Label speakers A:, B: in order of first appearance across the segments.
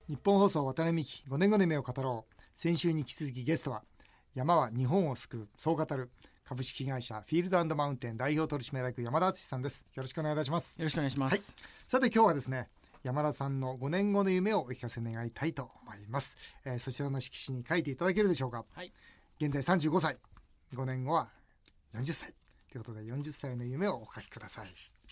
A: 日本放送渡辺美希5年後の夢を語ろう。先週に引き続きゲストは山は日本を救う、そう語る株式会社フィールド&マウンテン代表取締役山田敦さんです。よろしくお願いいたします。
B: よろしくお願いします、
A: はい、さて今日はですね、山田さんの5年後の夢をお聞かせ願いたいと思います。そちらの色紙に書いていただけるでしょうか。
B: はい、
A: 現在35歳、5年後は40歳ということで、40歳の夢をお書きください。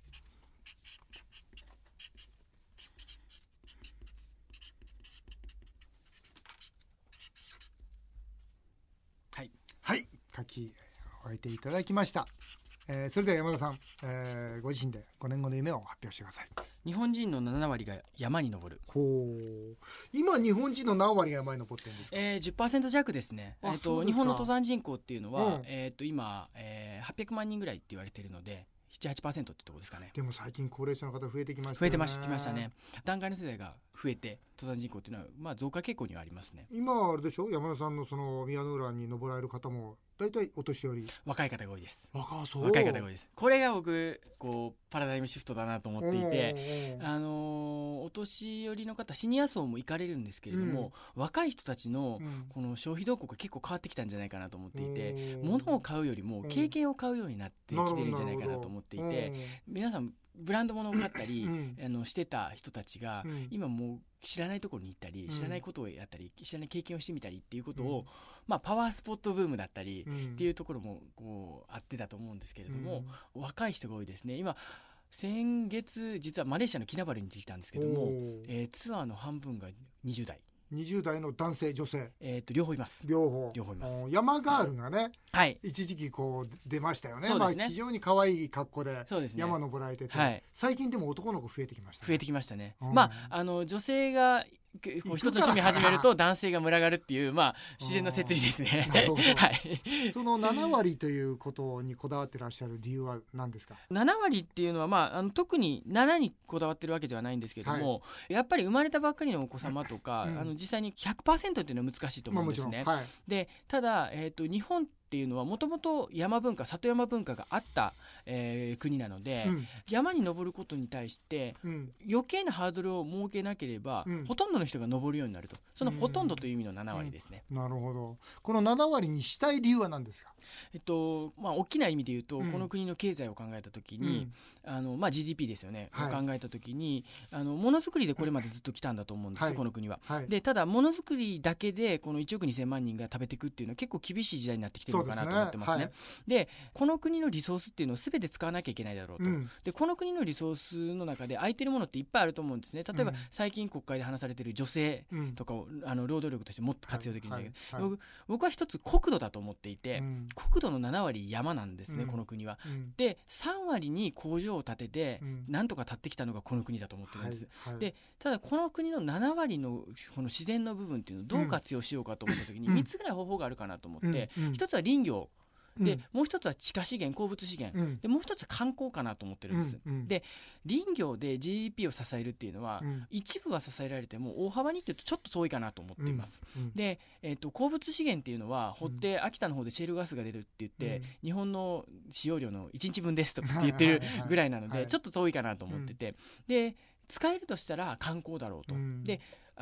A: はい、書き終えていただきました。それでは山田さん、ご自身で5年後の夢を発表してください。
B: 日本人の7割が山に登る。
A: 今日本人の何割が山に登ってるんですか。
B: 10% 弱ですね。日本の登山人口っていうのは、今、800万人ぐらいって言われているので 7,8% ってとこですかね。
A: でも最近高齢者の方増えてきましたね。
B: 増えてきましたね。団塊の世代が増えて登山人口っていうのは、増加傾向にはありますね。
A: 今あれでしょ、山田さんのその宮の浦に登られる方も大体お年寄り、
B: 若い方が多いです。
A: 若
B: い方が多いです。これが僕パラダイムシフトだなと思っていて、お年寄りの方、シニア層も行かれるんですけれども、若い人たちのこの消費動向が結構変わってきたんじゃないかなと思っていて、物を買うよりも経験を買うようになってきてるんじゃないかなと思っていて、皆さんブランド物を買ったりしてた人たちが、今もう知らないところに行ったり、知らないことをやったり、知らない経験をしてみたりっていうことを、パワースポットブームだったりっていうところもあってたと思うんですけれども、若い人が多いですね。今先月実はマレーシアのキナバルに行ってきたんですけども、ツアーの半分が20代の男性女性、両方います。両方います。山ガールがね、一時期出ましたよね。非常に可愛い格好で山登られてて、最近でも男の子増えてきましたね。女性が一つ趣味始めると男性が群がるっていう、自然の摂理ですね。
A: その7割ということにこだわってらっしゃる理由は何ですか。
B: 7割っていうのは、特に7にこだわってるわけではないんですけども、やっぱり生まれたばっかりのお子様とか、実際に 100% っていうのは難しいと思うんですね。でただ、日本っていうのはもともと山文化、里山文化があった、国なので、山に登ることに対して、余計なハードルを設けなければ、ほとんどの人が登るようになると。そのほとんどという意味の7割ですね。
A: なるほど。この7割にしたい理由は何ですか。
B: 大きな意味で言うと、この国の経済を考えたときに、GDP ですよね、考えたときにものづくりでこれまでずっと来たんだと思うんですよ、この国は。でただものづくりだけでこの1億2000万人が食べていくっていうのは結構厳しい時代になってきてるのかなと思ってますね。でこの国のリソースっていうのを全て使わなきゃいけないだろうと。でこの国のリソースの中で空いてるものっていっぱいあると思うんですね。例えば、最近国会で話されている女性とかを、労働力としてもっと活用できるんだけど、僕は一つ国土だと思っていて、国土の7割山なんですね、この国は。で3割に工場を建てて、なんとか建ってきたのがこの国だと思ってるんです。でただこの国の7割のこの自然の部分っていうのをどう活用しようかと思った時に、3つぐらい方法があるかなと思って、1つは林業で、もう一つは地下資源、鉱物資源、でもう一つは観光かなと思ってるんです。で林業で GDP を支えるっていうのは、一部は支えられても大幅にっていうとちょっと遠いかなと思っています。で、鉱物資源っていうのは掘って秋田の方でシェールガスが出るって言って、日本の使用量の1日分ですとかって言ってるぐらいなので、ちょっと遠いかなと思ってて、で使えるとしたら観光だろうと。で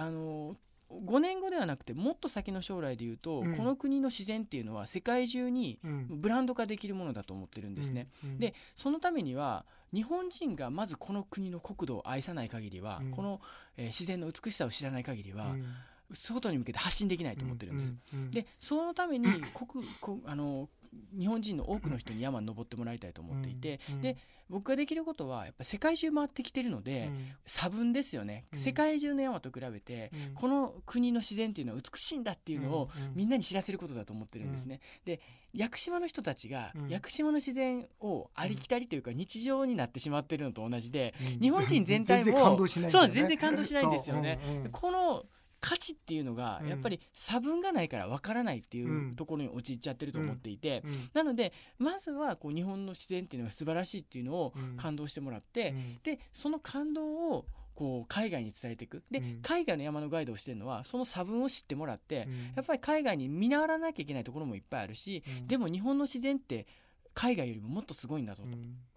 B: 5年後ではなくてもっと先の将来でいうと、この国の自然っていうのは世界中にブランド化できるものだと思ってるんですね。でそのためには日本人がまずこの国の国土を愛さない限りは、この、自然の美しさを知らない限りは、外に向けて発信できないと思ってるんです。でそのために日本人の多くの人に山に登ってもらいたいと思っていて、で僕ができることはやっぱ世界中回ってきてるので、差分ですよね。世界中の山と比べて、この国の自然っていうのは美しいんだっていうのをみんなに知らせることだと思ってるんですね。で屋久島の人たちが屋久島の自然をありきたりというか日常になってしまってるのと同じで、日本人全体も全然感動しないんですよね。この価値っていうのがやっぱり差分がないからわからないっていうところに陥っちゃってると思っていて、なのでまずは日本の自然っていうのが素晴らしいっていうのを感動してもらって、でその感動を海外に伝えていく。で海外の山のガイドをしてるのはその差分を知ってもらって、やっぱり海外に見習わなきゃいけないところもいっぱいあるし、でも日本の自然って海外よりももっとすごいんだぞと。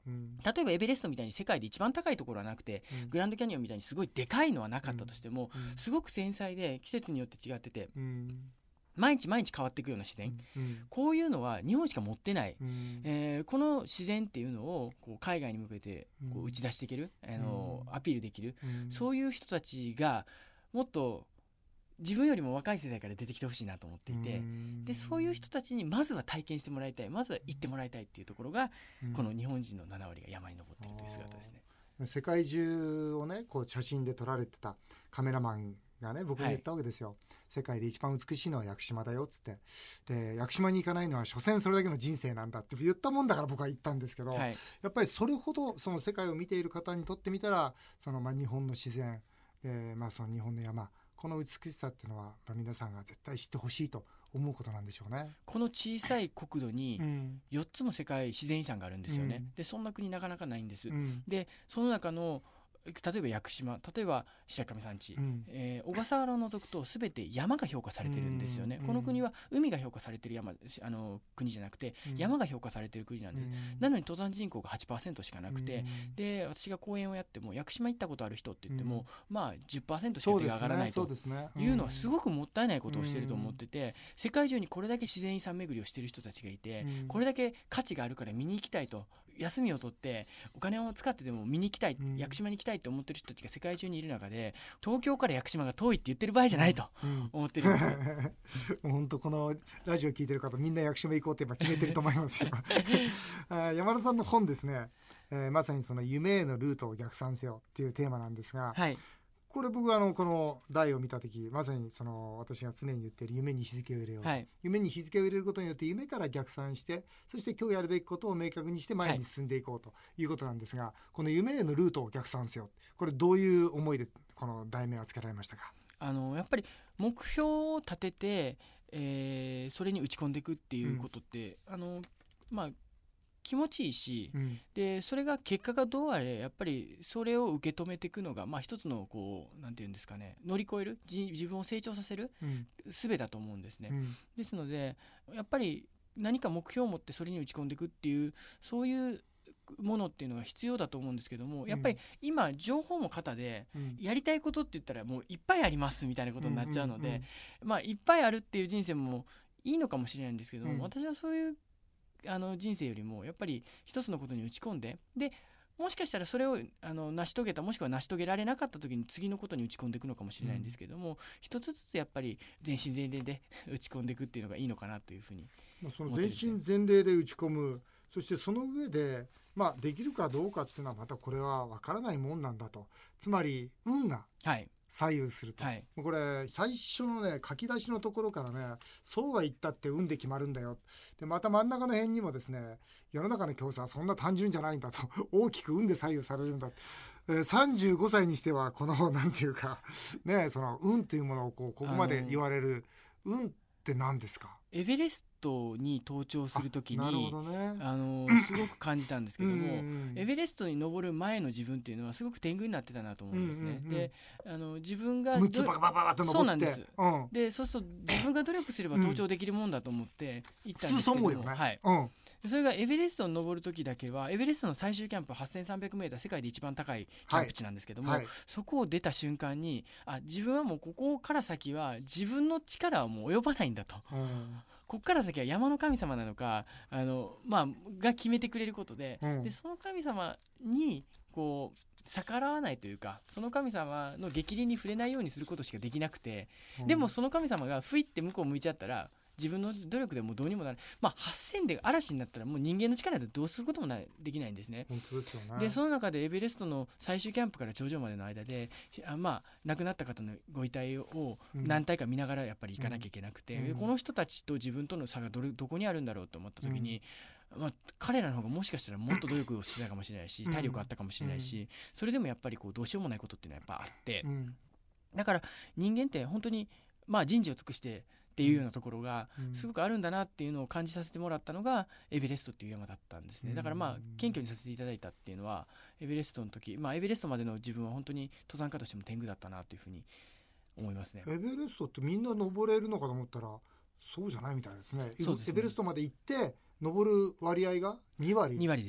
B: 例えばエベレストみたいに世界で一番高いところはなくて、グランドキャニオンみたいにすごいでかいのはなかったとしても、すごく繊細で季節によって違ってて、毎日毎日変わっていくような自然、こういうのは日本しか持ってない、この自然っていうのをこう海外に向けてこう打ち出していける、アピールできる、そういう人たちがもっと自分よりも若い世代から出てきてほしいなと思っていて、でそういう人たちにまずは体験してもらいたい、まずは行ってもらいたいっていうところが、この日本人の7割が山に登っているという姿ですね。
A: 世界中をねこう写真で撮られてたカメラマンがね僕に言ったわけですよ、世界で一番美しいのは屋久島だよっつって、で屋久島に行かないのは所詮それだけの人生なんだって言ったもんだから僕は言ったんですけど、やっぱりそれほどその世界を見ている方にとってみたらその日本の自然、その日本の山、この美しさっていうのは皆さんが絶対知ってほしいと思うことなんでしょうね。
B: この小さい国土に4つも世界自然遺産があるんですよね、でそんな国なかなかないんです、でその中の例えば屋久島、例えば白神山地、小笠原を除くと全て山が評価されてるんですよね、この国は海が評価されてる国じゃなくて山が評価されてる国なんで、なのに登山人口が 8% しかなくて、で私が講演をやっても屋久島行ったことある人って言っても、10% しか手が上がらないというのはすごくもったいないことをしてると思ってて、世界中にこれだけ自然遺産巡りをしてる人たちがいて、これだけ価値があるから見に行きたいと、休みを取ってお金を使ってでも見に行きたい、屋久島に行きたいと思ってる人たちが世界中にいる中で、東京から屋久島が遠いって言ってる場合じゃないと思ってるんですよ、
A: 本当このラジオ聞いてる方みんな屋久島行こうって今決めてると思いますよ山田さんの本ですね、まさにその夢へのルートを逆算せよっていうテーマなんですが、これ僕はこの題を見た時まさにその私が常に言っている夢に日付を入れよう、夢に日付を入れることによって夢から逆算して、そして今日やるべきことを明確にして前に進んでいこうということなんですが、この夢へのルートを逆算せよ、これどういう思いでこの題名はつけられましたか？
B: やっぱり目標を立てて、それに打ち込んでいくっていうことって、気持ちいいし、でそれが結果がどうあれやっぱりそれを受け止めていくのが、一つのこうなんていうんですかね、乗り越える自分を成長させる術だと思うんですね、ですのでやっぱり何か目標を持ってそれに打ち込んでいくっていう、そういうものっていうのが必要だと思うんですけども、やっぱり今情報も型で、やりたいことって言ったらもういっぱいありますみたいなことになっちゃうので、いっぱいあるっていう人生もいいのかもしれないんですけども、私はそういう人生よりもやっぱり一つのことに打ち込んで、でもしかしたらそれを成し遂げた、もしくは成し遂げられなかった時に次のことに打ち込んでいくのかもしれないんですけども、一つずつやっぱり全身全霊で打ち込んでいくっていうのがいいのかなというふうに
A: その全身全霊で打ち込む、そしてその上で、できるかどうかっていうのはまたこれは分からないもんなんだと、つまり運が左右すると、これ最初のね書き出しのところからね、そうは言ったって運で決まるんだよ、でまた真ん中の辺にもですね、世の中の競争はそんな単純じゃないんだと大きく運で左右されるんだ、35歳にしてはこのなんていうかね、その運というものをここまで言われる、運って何ですか？
B: エベレストに登頂するときに、すごく感じたんですけどもエベレストに登る前の自分っていうのはすごく天狗になってたなと思うんですね、で自分が
A: 6つバカバカバカと登って、
B: そうなんです、でそうすると自分が努力すれば登頂できるもんだと思って行ったんですけども、それがエベレストに登るときだけは、エベレストの最終キャンプ 8300m 世界で一番高いキャンプ地なんですけども、そこを出た瞬間に自分はもうここから先は自分の力はもう及ばないんだと、ここから先は山の神様なのかが決めてくれることで、でその神様にこう逆らわないというか、その神様の逆鱗に触れないようにすることしかできなくて、でもその神様がふいって向こう向いちゃったら自分の努力でもうどうにもなる、8000で嵐になったらもう人間の力でどうすることもできないんですね。
A: 本当ですよね。
B: でその中でエベレストの最終キャンプから頂上までの間で亡くなった方のご遺体を何体か見ながらやっぱり行かなきゃいけなくて、この人たちと自分との差がどこにあるんだろうと思った時に、彼らの方がもしかしたらもっと努力をしてたかもしれないし、体力あったかもしれないし、それでもやっぱりこうどうしようもないことっていうのはやっぱあって、だから人間って本当に人事を尽くしてっていうようなところがすごくあるんだなっていうのを感じさせてもらったのがエベレストっていう山だったんですね。だから謙虚にさせていただいたっていうのはエベレストの時、エベレストまでの自分は本当に登山家としても天狗だったなというふうに思いますね。
A: エベレストってみんな登れるのかと思ったらそうじゃないみたいですね。
B: そうですね。
A: エベレストまで行って登る割合が2割
B: 2割ですね。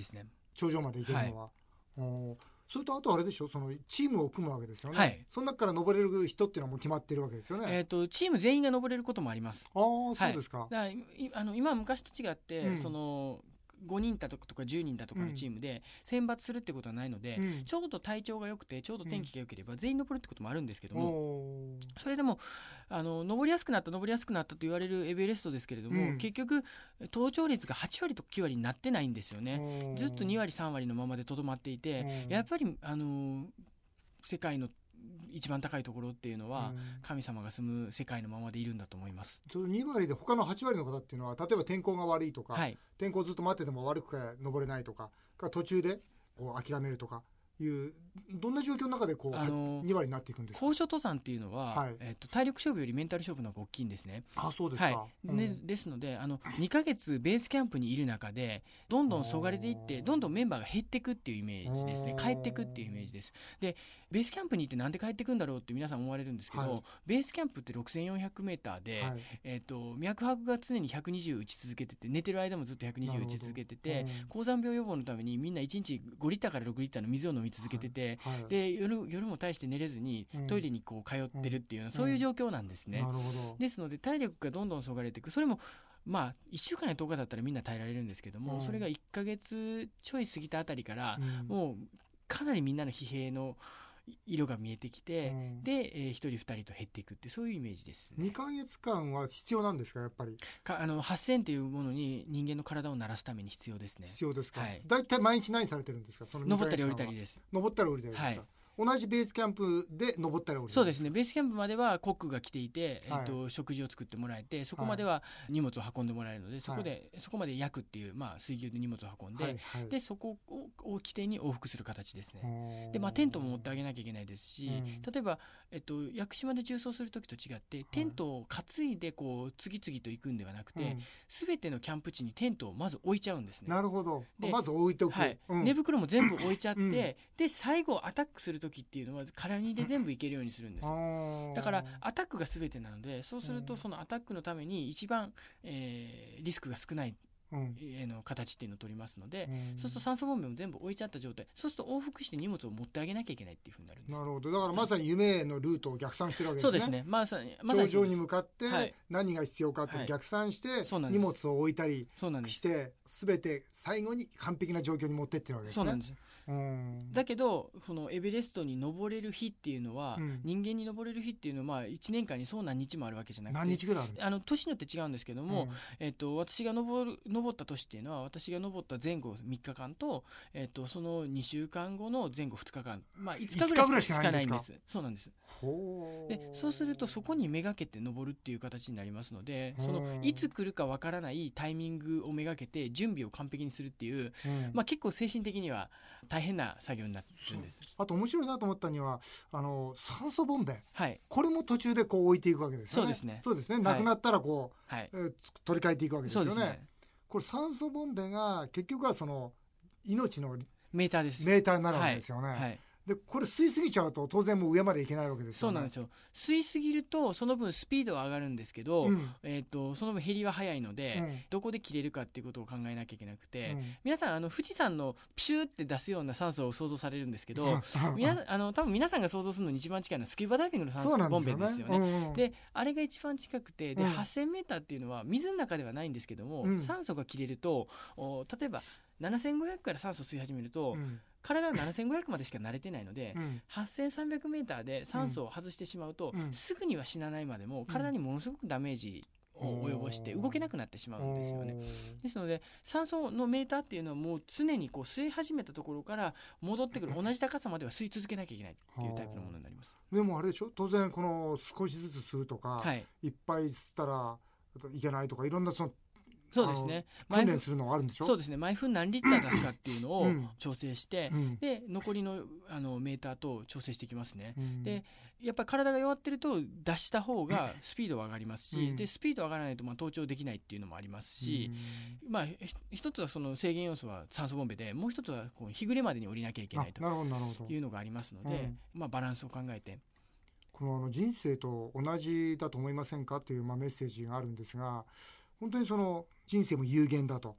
A: 頂上まで行けるのは、それとあとあれでしょ、そのチームを組むわけですよね、その中から登れる人っていうのはもう決まってるわけですよね。
B: チーム全員が登れることもあります。
A: そうですか。
B: だから今は昔と違って、その5人だとか10人だとかのチームで選抜するってことはないので、ちょうど体調が良くてちょうど天気が良ければ全員登るってこともあるんですけども、それでも登りやすくなったと言われるエベレストですけれども、結局登頂率が8割とか9割になってないんですよね。ずっと2割3割のままでとどまっていて、やっぱり世界の一番高いところっていうのは神様が住む世界のままでいるんだと思います。
A: 2割で他の8割の方っていうのは、例えば天候が悪いとか、天候ずっと待ってても悪くて登れないとか、途中でこう諦めるとかいうどんな状況の中でこう2割になっていくんですか。
B: 高所登山っていうのは、体力勝負よりメンタル勝負の方が大きいんですね。
A: そうですか。
B: ですので2ヶ月ベースキャンプにいる中でどんどんそがれていってどんどんメンバーが減っていくっていうイメージですね。帰っていくっていうイメージです。でベースキャンプに行ってなんで帰っていくんだろうって皆さん思われるんですけど、ベースキャンプって 6400m で、脈拍が常に120打ち続けてて、寝てる間もずっと120打ち続けてて、高山病予防のためにみんな1日5リッターから6リッターの水を飲み続けてて、で夜も大して寝れずにトイレにこう通ってるっていうような、そういう状況なんですね。ですので体力がどんどんそがれていく。それも1週間や10日だったらみんな耐えられるんですけども、それが1ヶ月ちょい過ぎたあたりから、もうかなりみんなの疲弊の色が見えてきて、で、1人2人と減っていくってそういうイメージです、ね。
A: 2ヶ月間は必要なんですか、やっぱり。
B: 発線というものに人間の体を慣らすために必要ですね。
A: 必要ですか。だいたい毎日何されてるんですか。
B: 登ったり降りたりです。
A: 登ったり降りたりですか。同じベースキャンプで登ったり降りたり。
B: そうですね。ベースキャンプまではコックが来ていて、食事を作ってもらえて、そこまでは荷物を運んでもらえるので、そこまで焼くっていう、水牛で荷物を運んで、でそこを起点に往復する形ですね。でテントも持ってあげなきゃいけないですし、例えば屋久島で縦走する時と違って、テントを担いでこう次々と行くんではなくて、全てのキャンプ地にテントをまず置いちゃうんですね。
A: なるほど。まず置いておく。
B: 寝袋も全部置いちゃって、で最後アタックする時っていうのは空荷で全部行けるようにするんです。だからアタックが全てなので、そうするとそのアタックのために一番、リスクが少ないの形っていうのを取りますので、そうすると酸素ボンベも全部置いちゃった状態、そうすると往復して荷物を持ってあげなきゃいけないっていうふうになるんです。
A: なるほど。だからまさに夢へのルートを逆算してるわけですね。
B: そうですね。まさに
A: 頂上に向かって何が必要かっていう逆算して、荷物を置いたりして全て最後に完璧な状況に持ってってるわけですね。
B: そうなんです。だけどそのエベレストに登れる日っていうのは、人間に登れる日っていうのは1年間にそう何日もあるわけじゃなくて、
A: 何日ぐらいある？
B: 年によって違うんですけども、私が登った年っていうのは、私が登った前後3日間と、その2週間後の前後2日間、5日ぐらいしかないんです。そうなんです。でそうするとそこにめがけて登るっていう形になりますので、そのいつ来るかわからないタイミングをめがけて準備を完璧にするっていう、結構精神的には大変な作業になってるんです。
A: あと面白いなと思ったには酸素ボンベ、これも途中でこう置いていくわけですよね。そうですね。なくなったらこう、取り替えていくわけですよね。これ酸素ボンベが結局はその命の
B: メーターです。
A: メーターになるわけですよね。でこれ吸いすぎちゃうと当然もう上まで行けないわけですよね。
B: そうなんですよ。吸いすぎるとその分スピードは上がるんですけど、その分減りは早いので、どこで切れるかっていうことを考えなきゃいけなくて、皆さん富士山のピシューって出すような酸素を想像されるんですけど、多分皆さんが想像するのに一番近いのはスキューバダイビングの酸素ボンベですよね。であれが一番近くて、で 8000m っていうのは水の中ではないんですけども、酸素が切れると例えば7500から酸素吸い始めると、体が7500までしか慣れてないので、8300m で酸素を外してしまうと、すぐには死なないまでも体にものすごくダメージを及ぼして動けなくなってしまうんですよね。ですので酸素のメーターっていうのはもう常にこう吸い始めたところから戻ってくる同じ高さまでは吸い続けなきゃいけないっていうタイプのものになります。
A: でもあれでしょ、当然この少しずつ吸うとか、いっぱい吸ったらいけないとか、いろんな
B: そうですね。
A: 訓練するのがあるんでしょ。
B: そうですね。毎分何リッター出すかっていうのを調整して、で残りのメーターと調整していきますね。でやっぱり体が弱ってると出した方がスピードは上がりますし、でスピード上がらないと登頂できないっていうのもありますし、一つはその制限要素は酸素ボンベで、もう一つはこう日暮れまでに降りなきゃいけないというのがありますので、バランスを考えて。
A: この人生と同じだと思いませんかというメッセージがあるんですが、本当にその人生も有限だと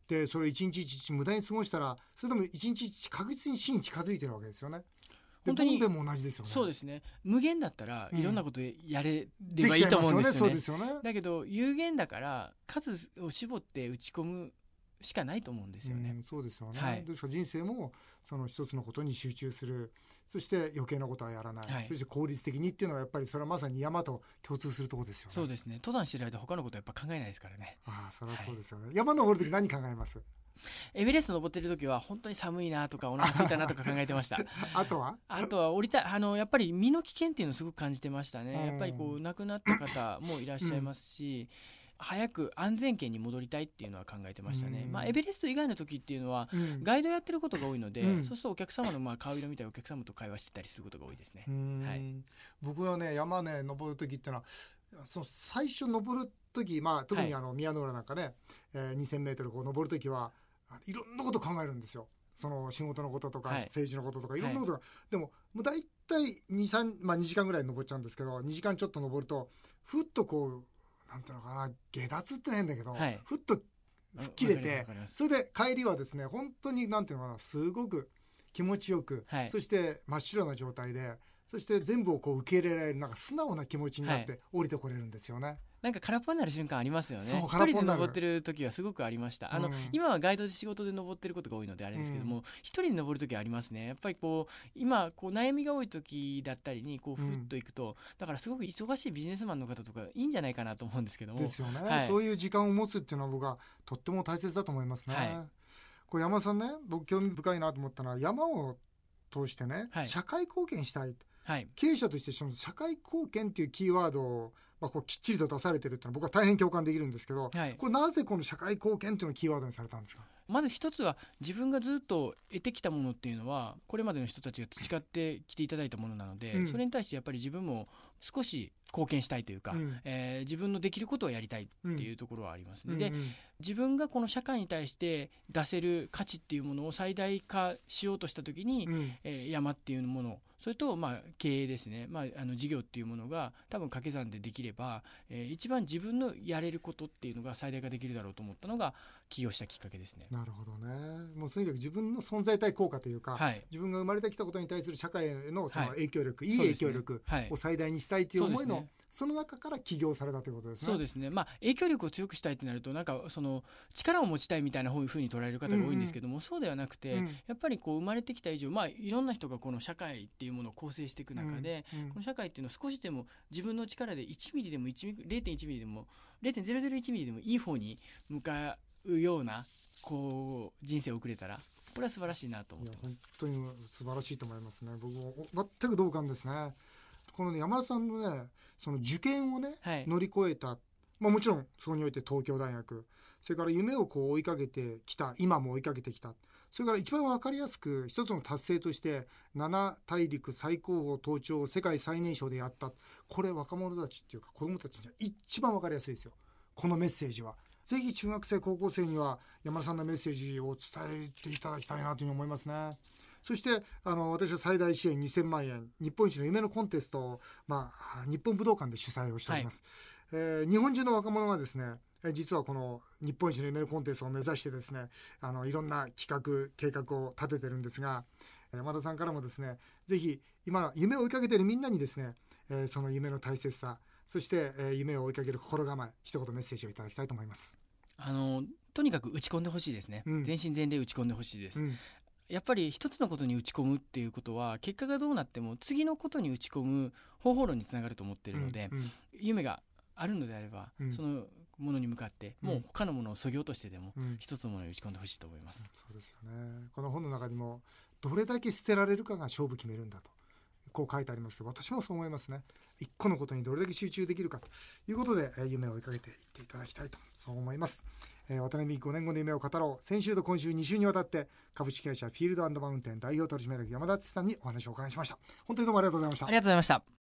A: でそれ一日一日無駄に過ごしたらそれでも一日一日確実に死に近づいてるわけですよね。
B: 本当に
A: ボンベも同じですよね。
B: そうですね。無限だったらいろんなことやれればいいと思うんですよね。
A: そうですよね。
B: だけど有限だから数を絞って打ち込むしかないと思うんですよね。
A: そうですよね、
B: はい、
A: ですから人生もその一つのことに集中する、そして余計なことはやらない、はい、そして効率的にっていうのはやっぱりそれはまさに山と共通するところですよね。
B: そうですね。登山してる間他のことはやっぱ考えないですからね。
A: それはそうですよね、はい、山登るとき何考えます？
B: エベレスト登ってる時は本当に寒いなとかお腹空いたなとか考えてました
A: あとは
B: 降りたいやっぱり身の危険っていうのをすごく感じてましたね。やっぱりこう亡くなった方もいらっしゃいますし、早く安全圏に戻りたいっていうのは考えてましたね。エベレスト以外の時っていうのはガイドやってることが多いので、そうするとお客様の顔色みたいなお客様と会話してたりすることが多いですね。はい、
A: 僕はね山ね登る時っていうのはその最初登る時、特に宮の浦なんかね、2000メートルこう登る時はいろんなこと考えるんですよ。その仕事のこととか、政治のこととかいろんなことが、でもだいたい2時間ぐらい登っちゃうんですけど、2時間ちょっと登るとふっとこうなんていうのかな、下脱ってないんだけど、ふっと吹っ切れて、それで帰りはですね本当になんていうのかな、すごく気持ちよく、そして真っ白な状態で、そして全部をこう受け入れられる、なんか素直な気持ちになって降りてこれるんですよね。
B: なんか空っぽになる瞬間ありますよね。一人で登ってる時はすごくありました。今はガイドで仕事で登ってることが多いのであれですけども、一人で登る時はありますね。やっぱりこう今こう悩みが多い時だったりにこうふっと行くと、だからすごく忙しいビジネスマンの方とかいいんじゃないかなと思うんですけども。
A: ですよね、そういう時間を持つっていうのは僕はとっても大切だと思いますね。これ山田さんね、僕興味深いなと思ったのは山を通してね、社会貢献したい、経営者としてその社会貢献っていうキーワードをこうきっちりと出されてるっていうのは僕は大変共感できるんですけど、これなぜこの社会貢献っていうのをキーワードにされたんですか？
B: まず一つは自分がずっと得てきたものっていうのはこれまでの人たちが培ってきていただいたものなので、それに対してやっぱり自分も少し貢献したいというか、自分のできることをやりたいっていうところはありますね。で、自分がこの社会に対して出せる価値っていうものを最大化しようとした時に、山っていうもの、それと経営ですね、事業っていうものが多分掛け算でできれば、一番自分のやれることっていうのが最大化できるだろうと思ったのが起業したきっかけですね。
A: なるほどね。もうとにかく自分の存在体効果というか、自分が生まれてきたことに対する社会へのその影響力、いい影響力を最大にしたいという思いのその中から起業されたということですね。
B: そうですね。影響力を強くしたいとなるとなんかその力を持ちたいみたいなふうに捉える方が多いんですけども、そうではなくて、やっぱりこう生まれてきた以上、いろんな人がこの社会っていうものを構成していく中で、この社会っていうのを少しでも自分の力で1ミリでも 0.1 ミリでも 0.001 ミリでもいい方に向かうようなこう人生を送れたら、これは素晴らしいなと思ってます。
A: 本当に素晴らしいと思いますね。僕も全く同感ですね。この山田さんのね、その受験をね、乗り越えた、もちろんそこにおいて東京大学、それから夢をこう追いかけてきた、今も追いかけてきた、それから一番分かりやすく一つの達成として7大陸最高峰登頂を世界最年少でやった。これ若者たちっていうか子どもたちには一番分かりやすいですよ、このメッセージは。ぜひ中学生高校生には山田さんのメッセージを伝えていただきたいなというふうに思いますね。そして私は最大支援2000万円日本一の夢のコンテストを、日本武道館で主催をしております。日本中の若者がですね、実はこの日本一の夢のコンテストを目指してですね、いろんな企画計画を立ててるんですが、山田さんからもですね、ぜひ今夢を追いかけているみんなにですね、その夢の大切さ、そして、夢を追いかける心構え、一言メッセージをいただきたいと思います。
B: とにかく打ち込んでほしいですね。全身全霊打ち込んでほしいです。やっぱり一つのことに打ち込むっていうことは結果がどうなっても次のことに打ち込む方法論につながると思っているので、夢があるのであれば、そのものに向かってもう他のものを削ぎ落としてでも一つのものに打ち込んでほしいと思います。
A: そうですよね。この本の中にもどれだけ捨てられるかが勝負決めるんだとこう書いてありますけど、私もそう思いますね。一個のことにどれだけ集中できるかということで、夢を追いかけていっていただきたいとそう思います。渡辺5年後の夢を語ろう、先週と今週2週にわたって株式会社フィールド&マウンテン代表取締役山田敦さんにお話をお伺いしました。本当にどうもありがとうございました。
B: ありがとうございました。